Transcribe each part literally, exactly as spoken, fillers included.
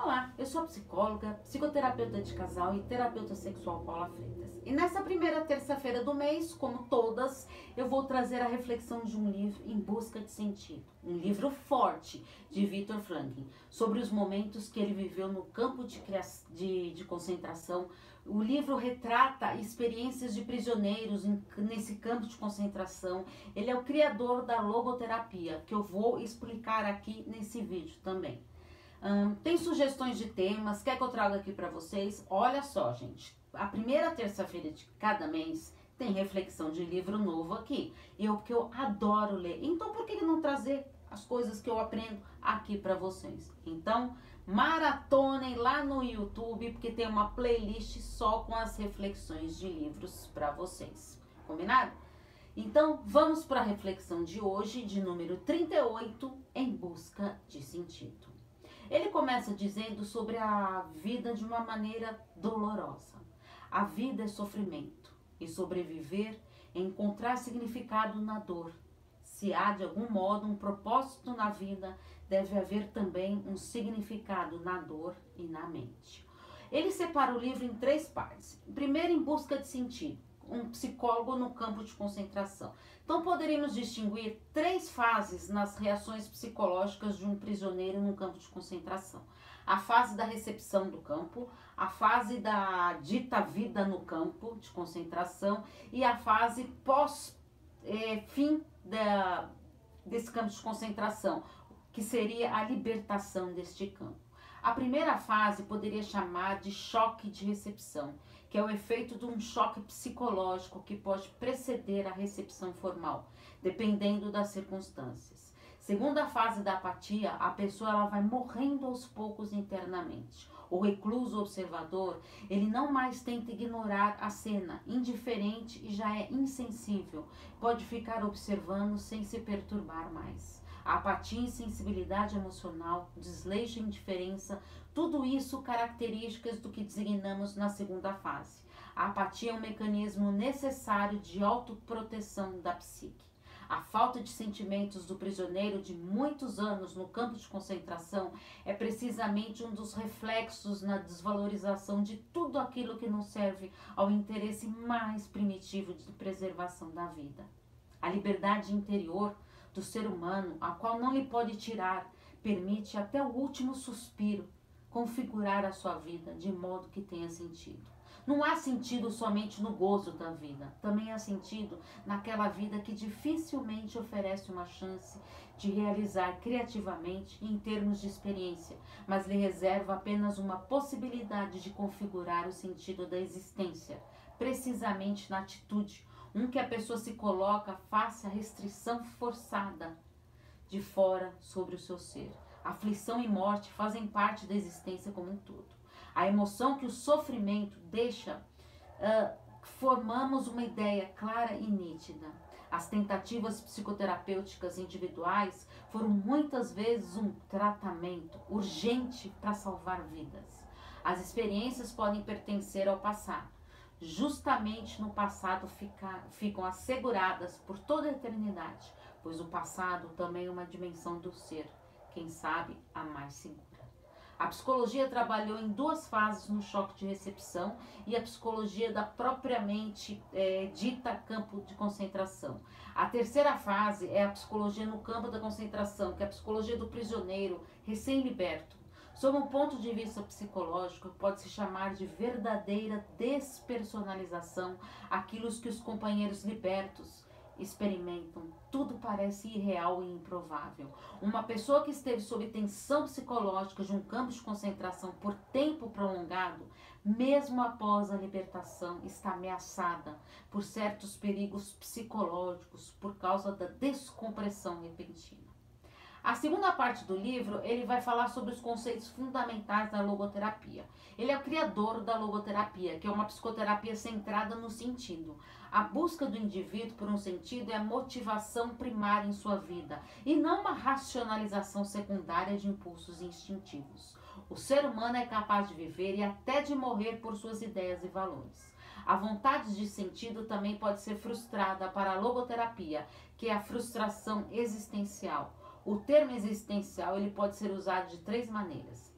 Olá, eu sou psicóloga, psicoterapeuta de casal e terapeuta sexual Paula Freitas. E nessa primeira terça-feira do mês, como todas, eu vou trazer a reflexão de um livro Em Busca de Sentido. Um livro forte de Viktor Frankl, sobre os momentos que ele viveu no campo de, de, de concentração. O livro retrata experiências de prisioneiros em, nesse campo de concentração. Ele é o criador da logoterapia, que eu vou explicar aqui nesse vídeo também. Hum, tem sugestões de temas, quer que eu traga aqui para vocês? Olha só, gente, a primeira terça-feira de cada mês tem reflexão de livro novo aqui, eu porque eu adoro ler. Então por que não trazer as coisas que eu aprendo aqui para vocês? Então maratonem lá no YouTube, porque tem uma playlist só com as reflexões de livros para vocês, combinado? Então vamos para a reflexão de hoje, de número trinta e oito, Em Busca de Sentido. Ele começa dizendo sobre a vida de uma maneira dolorosa. A vida é sofrimento e sobreviver é encontrar significado na dor. Se há de algum modo um propósito na vida, deve haver também um significado na dor e na mente. Ele separa o livro em três partes. Primeiro, Em Busca de Sentido, um psicólogo no campo de concentração. Então poderíamos distinguir três fases nas reações psicológicas de um prisioneiro no campo de concentração. A fase da recepção do campo, a fase da dita vida no campo de concentração e a fase pós é, fim da, desse campo de concentração, que seria a libertação deste campo. A primeira fase poderia chamar de choque de recepção, que é o efeito de um choque psicológico que pode preceder a recepção formal, dependendo das circunstâncias. Segunda fase da apatia, a pessoa ela vai morrendo aos poucos internamente. O recluso observador, ele não mais tenta ignorar a cena, indiferente e já é insensível, pode ficar observando sem se perturbar mais. A apatia, insensibilidade emocional, desleixo e indiferença, tudo isso características do que designamos na segunda fase. A apatia é um mecanismo necessário de autoproteção da psique. A falta de sentimentos do prisioneiro de muitos anos no campo de concentração é precisamente um dos reflexos na desvalorização de tudo aquilo que não serve ao interesse mais primitivo de preservação da vida. A liberdade interior do ser humano, a qual não lhe pode tirar, permite até o último suspiro configurar a sua vida de modo que tenha sentido. Não há sentido somente no gozo da vida, também há sentido naquela vida que dificilmente oferece uma chance de realizar criativamente em termos de experiência, mas lhe reserva apenas uma possibilidade de configurar o sentido da existência, precisamente na atitude, um que a pessoa se coloca face à restrição forçada de fora sobre o seu ser. Aflição e morte fazem parte da existência como um todo. A emoção que o sofrimento deixa, uh, formamos uma ideia clara e nítida. As tentativas psicoterapêuticas individuais foram muitas vezes um tratamento urgente para salvar vidas. As experiências podem pertencer ao passado. Justamente no passado fica, ficam asseguradas por toda a eternidade, pois o passado também é uma dimensão do ser, quem sabe a mais segura. A psicologia trabalhou em duas fases no choque de recepção e a psicologia da propriamente é, dita campo de concentração. A terceira fase é a psicologia no campo da concentração, que é a psicologia do prisioneiro recém-liberto. Sob um ponto de vista psicológico, pode-se chamar de verdadeira despersonalização aquilo que os companheiros libertos experimentam. Tudo parece irreal e improvável. Uma pessoa que esteve sob tensão psicológica de um campo de concentração por tempo prolongado, mesmo após a libertação, está ameaçada por certos perigos psicológicos por causa da descompressão repentina. A segunda parte do livro, ele vai falar sobre os conceitos fundamentais da logoterapia. Ele é o criador da logoterapia, que é uma psicoterapia centrada no sentido. A busca do indivíduo por um sentido é a motivação primária em sua vida, e não uma racionalização secundária de impulsos instintivos. O ser humano é capaz de viver e até de morrer por suas ideias e valores. A vontade de sentido também pode ser frustrada para a logoterapia, que é a frustração existencial. O termo existencial ele pode ser usado de três maneiras.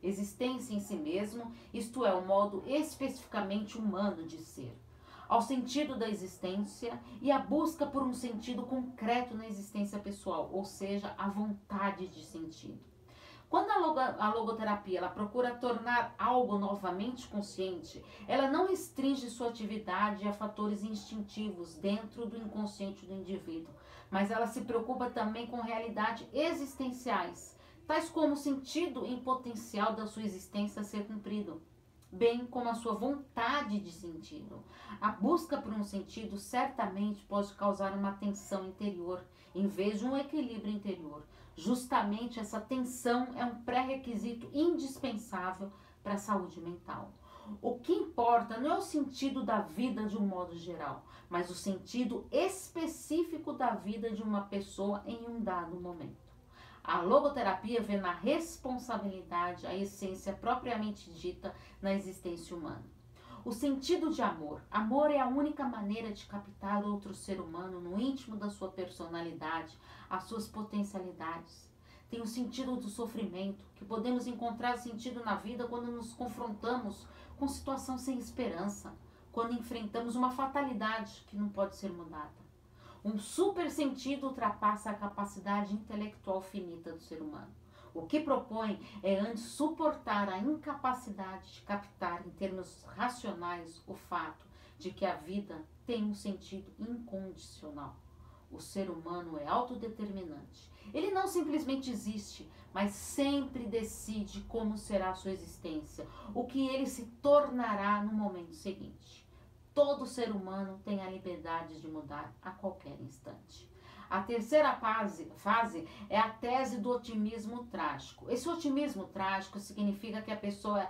existência em si mesmo, isto é, o modo especificamente humano de ser, ao sentido da existência e a busca por um sentido concreto na existência pessoal, ou seja, a vontade de sentido. Quando a, logo, a logoterapia ela procura tornar algo novamente consciente, ela não restringe sua atividade a fatores instintivos dentro do inconsciente do indivíduo, mas ela se preocupa também com realidades existenciais, tais como o sentido em potencial da sua existência a ser cumprido, bem como a sua vontade de sentido. A busca por um sentido certamente pode causar uma tensão interior, em vez de um equilíbrio interior. Justamente essa tensão é um pré-requisito indispensável para a saúde mental. O que importa não é o sentido da vida de um modo geral, mas o sentido específico da vida de uma pessoa em um dado momento. A logoterapia vê na responsabilidade a essência propriamente dita na existência humana. O sentido de amor. Amor é a única maneira de captar outro ser humano no íntimo da sua personalidade, as suas potencialidades. Tem o sentido do sofrimento, que podemos encontrar sentido na vida quando nos confrontamos com situação sem esperança, quando enfrentamos uma fatalidade que não pode ser mudada. Um super sentido ultrapassa a capacidade intelectual finita do ser humano. O que propõe é antes suportar a incapacidade de captar em termos racionais o fato de que a vida tem um sentido incondicional. O ser humano é autodeterminante. Ele não simplesmente existe, mas sempre decide como será a sua existência, o que ele se tornará no momento seguinte. Todo ser humano tem a liberdade de mudar a qualquer instante. A terceira fase, fase é a tese do otimismo trágico. Esse otimismo trágico significa que a pessoa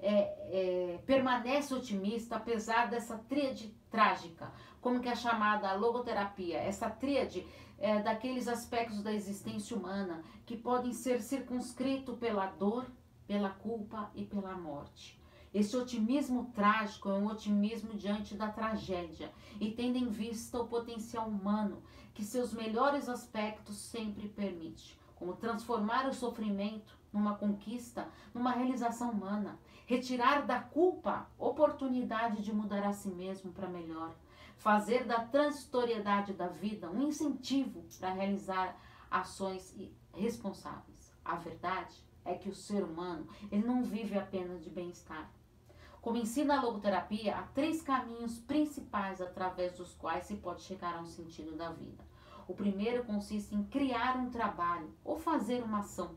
é, é, permanece otimista apesar dessa tríade trágica, como que é chamada a logoterapia. Essa tríade é daqueles aspectos da existência humana que podem ser circunscritos pela dor, pela culpa e pela morte. Esse otimismo trágico é um otimismo diante da tragédia e tendo em vista o potencial humano que seus melhores aspectos sempre permite, como transformar o sofrimento numa conquista, numa realização humana, retirar da culpa oportunidade de mudar a si mesmo para melhor, fazer da transitoriedade da vida um incentivo para realizar ações responsáveis. A verdade é que o ser humano ele não vive apenas de bem-estar. Como ensina a logoterapia, há três caminhos principais através dos quais se pode chegar ao sentido da vida. O primeiro consiste em criar um trabalho ou fazer uma ação.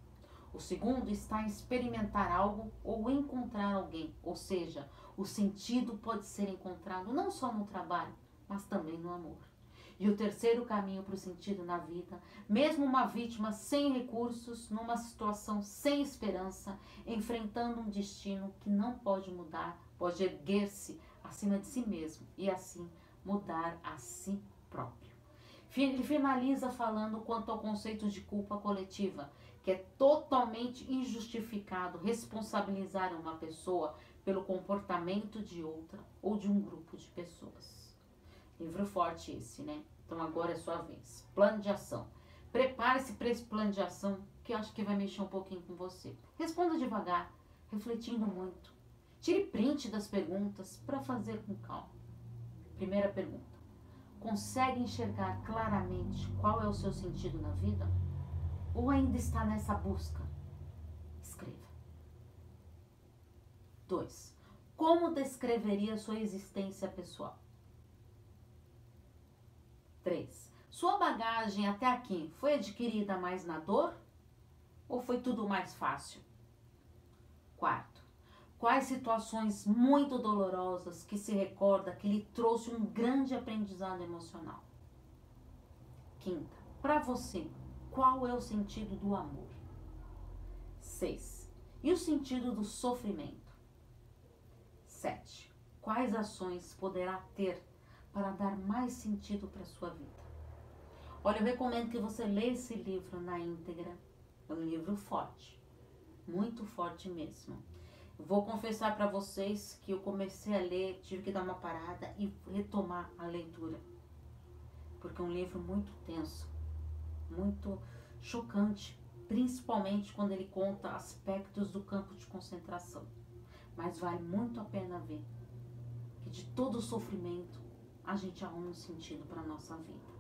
O segundo está em experimentar algo ou encontrar alguém, ou seja, o sentido pode ser encontrado não só no trabalho, mas também no amor. E o terceiro caminho para o sentido na vida, mesmo uma vítima sem recursos, numa situação sem esperança, enfrentando um destino que não pode mudar, pode erguer-se acima de si mesmo e assim mudar a si próprio. Ele finaliza falando quanto ao conceito de culpa coletiva, que é totalmente injustificado responsabilizar uma pessoa pelo comportamento de outra ou de um grupo de pessoas. Livro forte esse, né? Então agora é sua vez. Plano de ação. Prepare-se para esse plano de ação que eu acho que vai mexer um pouquinho com você. Responda devagar, refletindo muito. Tire print das perguntas para fazer com calma. Primeira pergunta. Consegue enxergar claramente qual é o seu sentido na vida? Ou ainda está nessa busca? Escreva. dois. Como descreveria sua existência pessoal? três. Sua bagagem até aqui foi adquirida mais na dor? Ou foi tudo mais fácil? quatro. Quais situações muito dolorosas que se recorda que lhe trouxe um grande aprendizado emocional? Quinta. Para você, qual é o sentido do amor? seis. E o sentido do sofrimento? sete. Quais ações poderá ter para dar mais sentido para a sua vida? Olha, eu recomendo que você leia esse livro na íntegra. É um livro forte, muito forte mesmo. Vou confessar para vocês que eu comecei a ler, tive que dar uma parada e retomar a leitura, porque é um livro muito tenso, muito chocante, principalmente quando ele conta aspectos do campo de concentração. Mas vale muito a pena ver que de todo o sofrimento a gente arruma um sentido para a nossa vida.